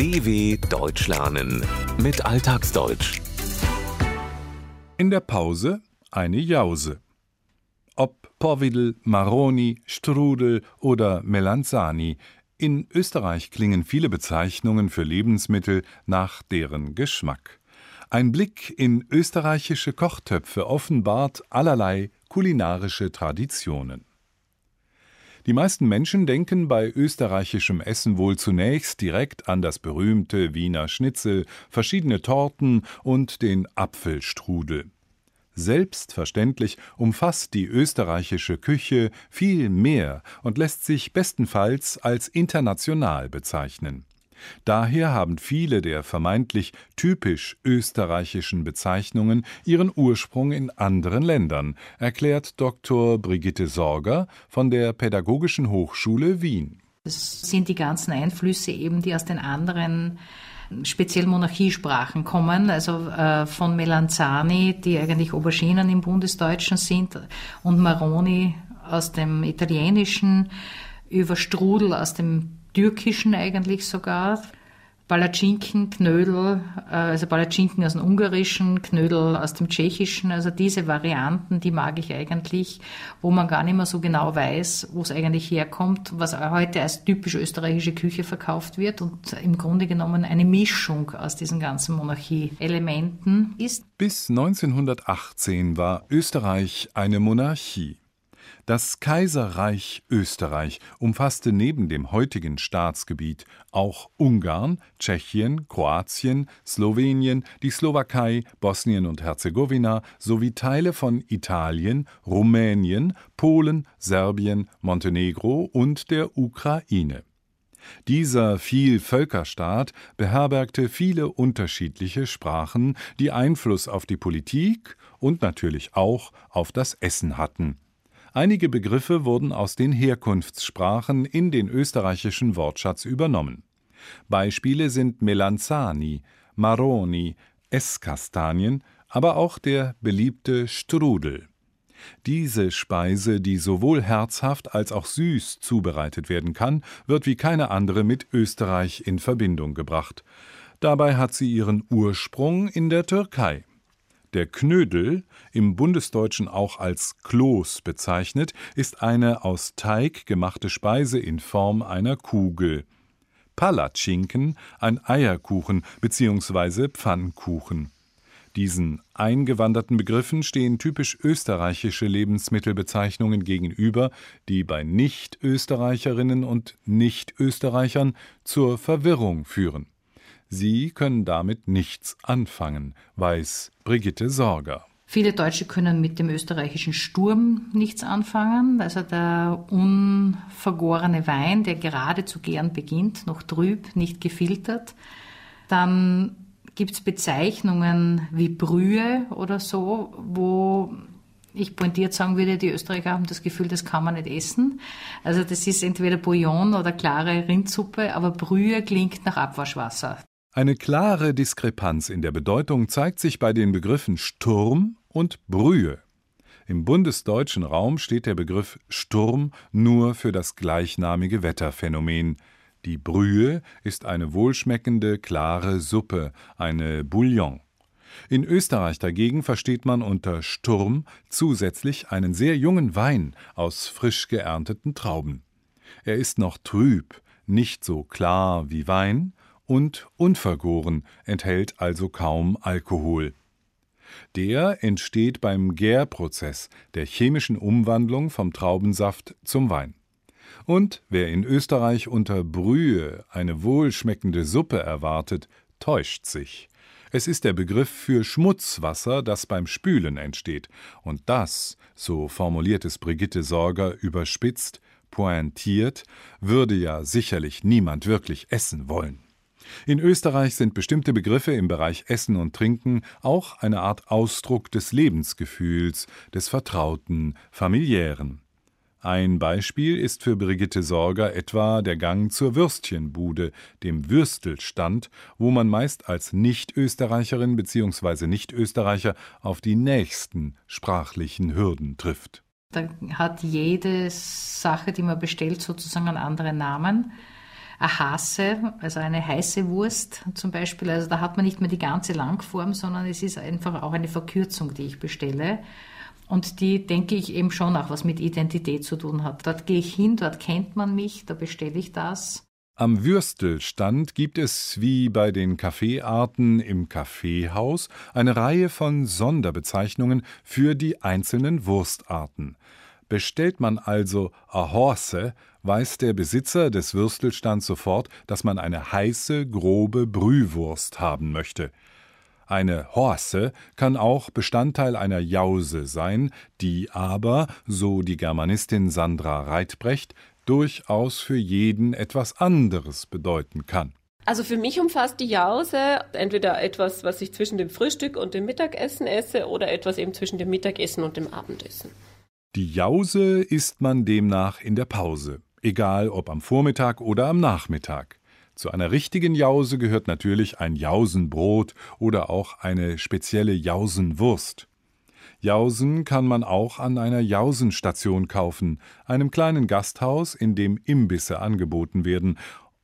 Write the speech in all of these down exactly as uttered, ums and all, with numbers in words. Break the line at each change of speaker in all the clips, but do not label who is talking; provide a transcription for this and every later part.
D W Deutsch lernen mit Alltagsdeutsch.
In der Pause eine Jause. Ob Porvidel, Maroni, Strudel oder Melanzani, in Österreich klingen viele Bezeichnungen für Lebensmittel nach deren Geschmack. Ein Blick in österreichische Kochtöpfe offenbart allerlei kulinarische Traditionen. Die meisten Menschen denken bei österreichischem Essen wohl zunächst direkt an das berühmte Wiener Schnitzel, verschiedene Torten und den Apfelstrudel. Selbstverständlich umfasst die österreichische Küche viel mehr und lässt sich bestenfalls als international bezeichnen. Daher haben viele der vermeintlich typisch österreichischen Bezeichnungen ihren Ursprung in anderen Ländern, erklärt Doktor Brigitte Sorger von der Pädagogischen Hochschule Wien.
Das sind die ganzen Einflüsse eben, die aus den anderen speziell Monarchiesprachen kommen, also äh, von Melanzani, die eigentlich Auberginen im Bundesdeutschen sind, und Maroni aus dem Italienischen, über Strudel aus dem Türkischen eigentlich sogar, Palatschinken, Knödel, also Palatschinken aus dem Ungarischen, Knödel aus dem Tschechischen, also diese Varianten, die mag ich eigentlich, wo man gar nicht mehr so genau weiß, wo es eigentlich herkommt, was heute als typisch österreichische Küche verkauft wird und im Grunde genommen eine Mischung aus diesen ganzen Monarchie-Elementen ist.
Bis neunzehnhundertachtzehn war Österreich eine Monarchie. Das Kaiserreich Österreich umfasste neben dem heutigen Staatsgebiet auch Ungarn, Tschechien, Kroatien, Slowenien, die Slowakei, Bosnien und Herzegowina sowie Teile von Italien, Rumänien, Polen, Serbien, Montenegro und der Ukraine. Dieser Vielvölkerstaat beherbergte viele unterschiedliche Sprachen, die Einfluss auf die Politik und natürlich auch auf das Essen hatten. Einige Begriffe wurden aus den Herkunftssprachen in den österreichischen Wortschatz übernommen. Beispiele sind Melanzani, Maroni, Esskastanien, aber auch der beliebte Strudel. Diese Speise, die sowohl herzhaft als auch süß zubereitet werden kann, wird wie keine andere mit Österreich in Verbindung gebracht. Dabei hat sie ihren Ursprung in der Türkei. Der Knödel, im Bundesdeutschen auch als Kloß bezeichnet, ist eine aus Teig gemachte Speise in Form einer Kugel. Palatschinken, ein Eierkuchen bzw. Pfannkuchen. Diesen eingewanderten Begriffen stehen typisch österreichische Lebensmittelbezeichnungen gegenüber, die bei Nicht-Österreicherinnen und Nicht-Österreichern zur Verwirrung führen. Sie können damit nichts anfangen, weiß Brigitte Sorger.
Viele Deutsche können mit dem österreichischen Sturm nichts anfangen, also der unvergorene Wein, der gerade zu gären beginnt, noch trüb, nicht gefiltert. Dann gibt es Bezeichnungen wie Brühe oder so, wo ich pointiert sagen würde, die Österreicher haben das Gefühl, das kann man nicht essen. Also das ist entweder Bouillon oder klare Rindsuppe, aber Brühe klingt nach Abwaschwasser.
Eine klare Diskrepanz in der Bedeutung zeigt sich bei den Begriffen Sturm und Brühe. Im bundesdeutschen Raum steht der Begriff Sturm nur für das gleichnamige Wetterphänomen. Die Brühe ist eine wohlschmeckende, klare Suppe, eine Bouillon. In Österreich dagegen versteht man unter Sturm zusätzlich einen sehr jungen Wein aus frisch geernteten Trauben. Er ist noch trüb, nicht so klar wie Wein, und unvergoren, enthält also kaum Alkohol. Der entsteht beim Gärprozess, der chemischen Umwandlung vom Traubensaft zum Wein. Und wer in Österreich unter Brühe eine wohlschmeckende Suppe erwartet, täuscht sich. Es ist der Begriff für Schmutzwasser, das beim Spülen entsteht. Und das, so formuliert es Brigitte Sorger überspitzt, pointiert, würde ja sicherlich niemand wirklich essen wollen. In Österreich sind bestimmte Begriffe im Bereich Essen und Trinken auch eine Art Ausdruck des Lebensgefühls, des Vertrauten, Familiären. Ein Beispiel ist für Brigitte Sorger etwa der Gang zur Würstchenbude, dem Würstelstand, wo man meist als Nicht-Österreicherin bzw. Nicht-Österreicher auf die nächsten sprachlichen Hürden trifft.
Da hat jede Sache, die man bestellt, sozusagen einen anderen Namen. eine Hasse, also eine heiße Wurst zum Beispiel. Also da hat man nicht mehr die ganze Langform, sondern es ist einfach auch eine Verkürzung, die ich bestelle. Und die, denke ich, eben schon auch was mit Identität zu tun hat. Dort gehe ich hin, dort kennt man mich, da bestelle ich das.
Am Würstelstand gibt es wie bei den Kaffeearten im Kaffeehaus eine Reihe von Sonderbezeichnungen für die einzelnen Wurstarten. Bestellt man also a Horse, weiß der Besitzer des Würstelstands sofort, dass man eine heiße, grobe Brühwurst haben möchte. Eine Horse kann auch Bestandteil einer Jause sein, die aber, so die Germanistin Sandra Reitbrecht, durchaus für jeden etwas anderes bedeuten kann.
Also für mich umfasst die Jause entweder etwas, was ich zwischen dem Frühstück und dem Mittagessen esse, oder etwas eben zwischen dem Mittagessen und dem Abendessen.
Die Jause isst man demnach in der Pause, egal ob am Vormittag oder am Nachmittag. Zu einer richtigen Jause gehört natürlich ein Jausenbrot oder auch eine spezielle Jausenwurst. Jausen kann man auch an einer Jausenstation kaufen, einem kleinen Gasthaus, in dem Imbisse angeboten werden.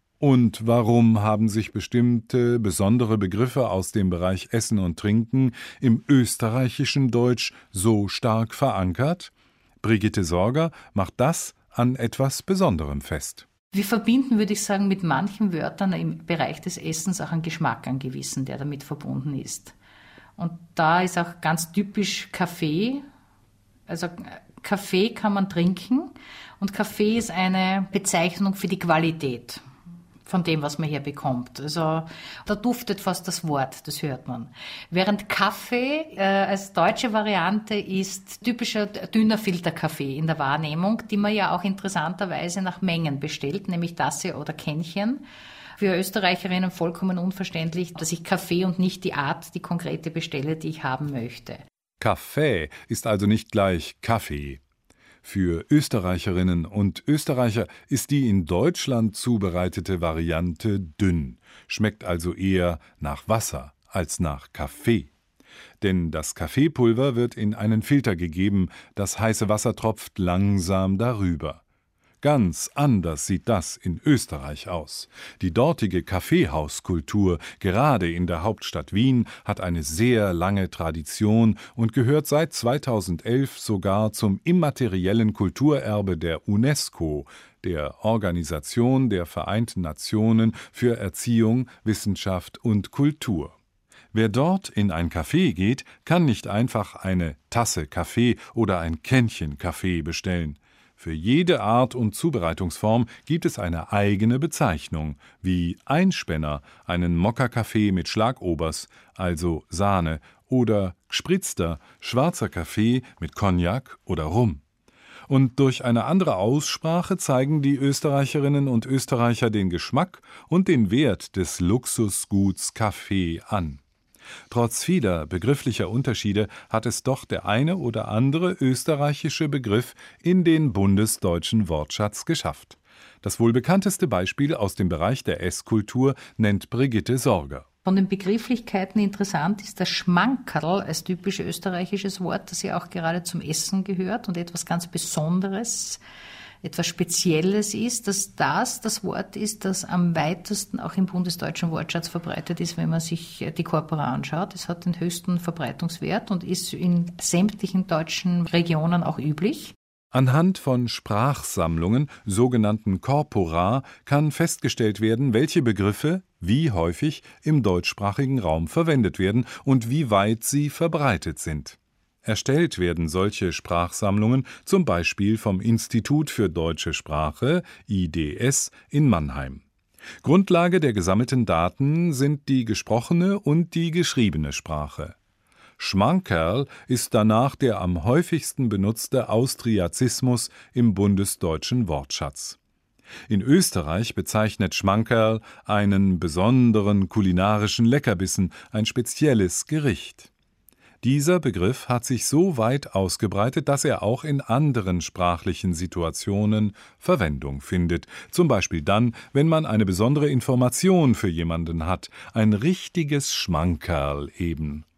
Und warum haben sich bestimmte besondere Begriffe aus dem Bereich Essen und Trinken im österreichischen Deutsch so stark verankert? Brigitte Sorger macht das an etwas Besonderem fest.
Wir verbinden, würde ich sagen, mit manchen Wörtern im Bereich des Essens auch einen Geschmack, einen gewissen, der damit verbunden ist. Und da ist auch ganz typisch Kaffee. Also Kaffee kann man trinken und Kaffee ist eine Bezeichnung für die Qualität von dem, was man hier bekommt. Also da duftet fast das Wort, das hört man. Während Kaffee äh, als deutsche Variante ist typischer dünner Filterkaffee in der Wahrnehmung, die man ja auch interessanterweise nach Mengen bestellt, nämlich Tasse oder Kännchen. Für Österreicherinnen vollkommen unverständlich, dass ich Kaffee und nicht die Art, die konkrete bestelle, die ich haben möchte.
Kaffee ist also nicht gleich Kaffee. Für Österreicherinnen und Österreicher ist die in Deutschland zubereitete Variante dünn, schmeckt also eher nach Wasser als nach Kaffee. Denn das Kaffeepulver wird in einen Filter gegeben, das heiße Wasser tropft langsam darüber. Ganz anders sieht das in Österreich aus. Die dortige Kaffeehauskultur, gerade in der Hauptstadt Wien, hat eine sehr lange Tradition und gehört seit zweitausendelf sogar zum immateriellen Kulturerbe der UNESCO, der Organisation der Vereinten Nationen für Erziehung, Wissenschaft und Kultur. Wer dort in ein Café geht, kann nicht einfach eine Tasse Kaffee oder ein Kännchen Kaffee bestellen. Für jede Art und Zubereitungsform gibt es eine eigene Bezeichnung, wie Einspänner, einen Mokka-Kaffee mit Schlagobers, also Sahne, oder gespritzter, schwarzer Kaffee mit Cognac oder Rum. Und durch eine andere Aussprache zeigen die Österreicherinnen und Österreicher den Geschmack und den Wert des Luxusguts Kaffee an. Trotz vieler begrifflicher Unterschiede hat es doch der eine oder andere österreichische Begriff in den bundesdeutschen Wortschatz geschafft. Das wohl bekannteste Beispiel aus dem Bereich der Esskultur nennt Brigitte Sorger.
Von den Begrifflichkeiten interessant ist das Schmankerl als typisch österreichisches Wort, das ja auch gerade zum Essen gehört und etwas ganz Besonderes, etwas Spezielles ist, dass das das Wort ist, das am weitesten auch im bundesdeutschen Wortschatz verbreitet ist, wenn man sich die Corpora anschaut. Es hat den höchsten Verbreitungswert und ist in sämtlichen deutschen Regionen auch üblich.
Anhand von Sprachsammlungen, sogenannten Corpora, kann festgestellt werden, welche Begriffe wie häufig im deutschsprachigen Raum verwendet werden und wie weit sie verbreitet sind. Erstellt werden solche Sprachsammlungen zum Beispiel vom Institut für Deutsche Sprache, I D S, in Mannheim. Grundlage der gesammelten Daten sind die gesprochene und die geschriebene Sprache. Schmankerl ist danach der am häufigsten benutzte Austriazismus im bundesdeutschen Wortschatz. In Österreich bezeichnet Schmankerl einen besonderen kulinarischen Leckerbissen, ein spezielles Gericht. Dieser Begriff hat sich so weit ausgebreitet, dass er auch in anderen sprachlichen Situationen Verwendung findet. Zum Beispiel dann, wenn man eine besondere Information für jemanden hat, ein richtiges Schmankerl eben.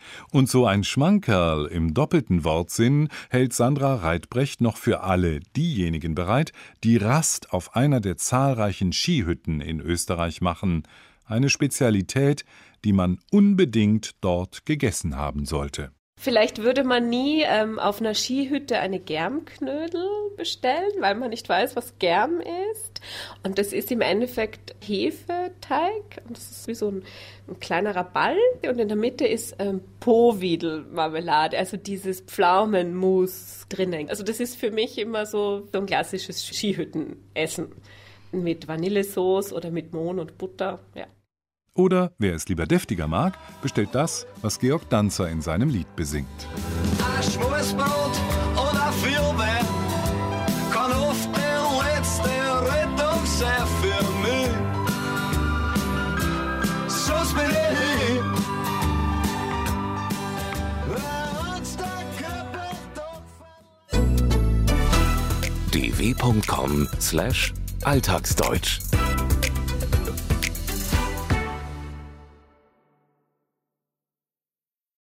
Und so ein Schmankerl im doppelten Wortsinn hält Sandra Reitbrecht noch für alle diejenigen bereit, die Rast auf einer der zahlreichen Skihütten in Österreich machen. Eine Spezialität, die man unbedingt dort gegessen haben sollte.
Vielleicht würde man nie ähm, auf einer Skihütte eine Germknödel bestellen, weil man nicht weiß, was Germ ist. Und das ist im Endeffekt Hefeteig. Und das ist wie so ein, ein kleinerer Ball. Und in der Mitte ist ähm, Povidel-Marmelade, also dieses Pflaumenmus drinnen. Also das ist für mich immer so, so ein klassisches Skihüttenessen. Mit Vanillesauce oder mit Mohn und Butter, ja.
Oder, wer es lieber deftiger mag, bestellt das, was Georg Danzer in seinem Lied besingt.
Ein Schmutzbrot oder Fürwehr kann oft der letzte Rettung sein für mich. Sonst bin ich wer uns der Körper
d w punkt com slash alltagsdeutsch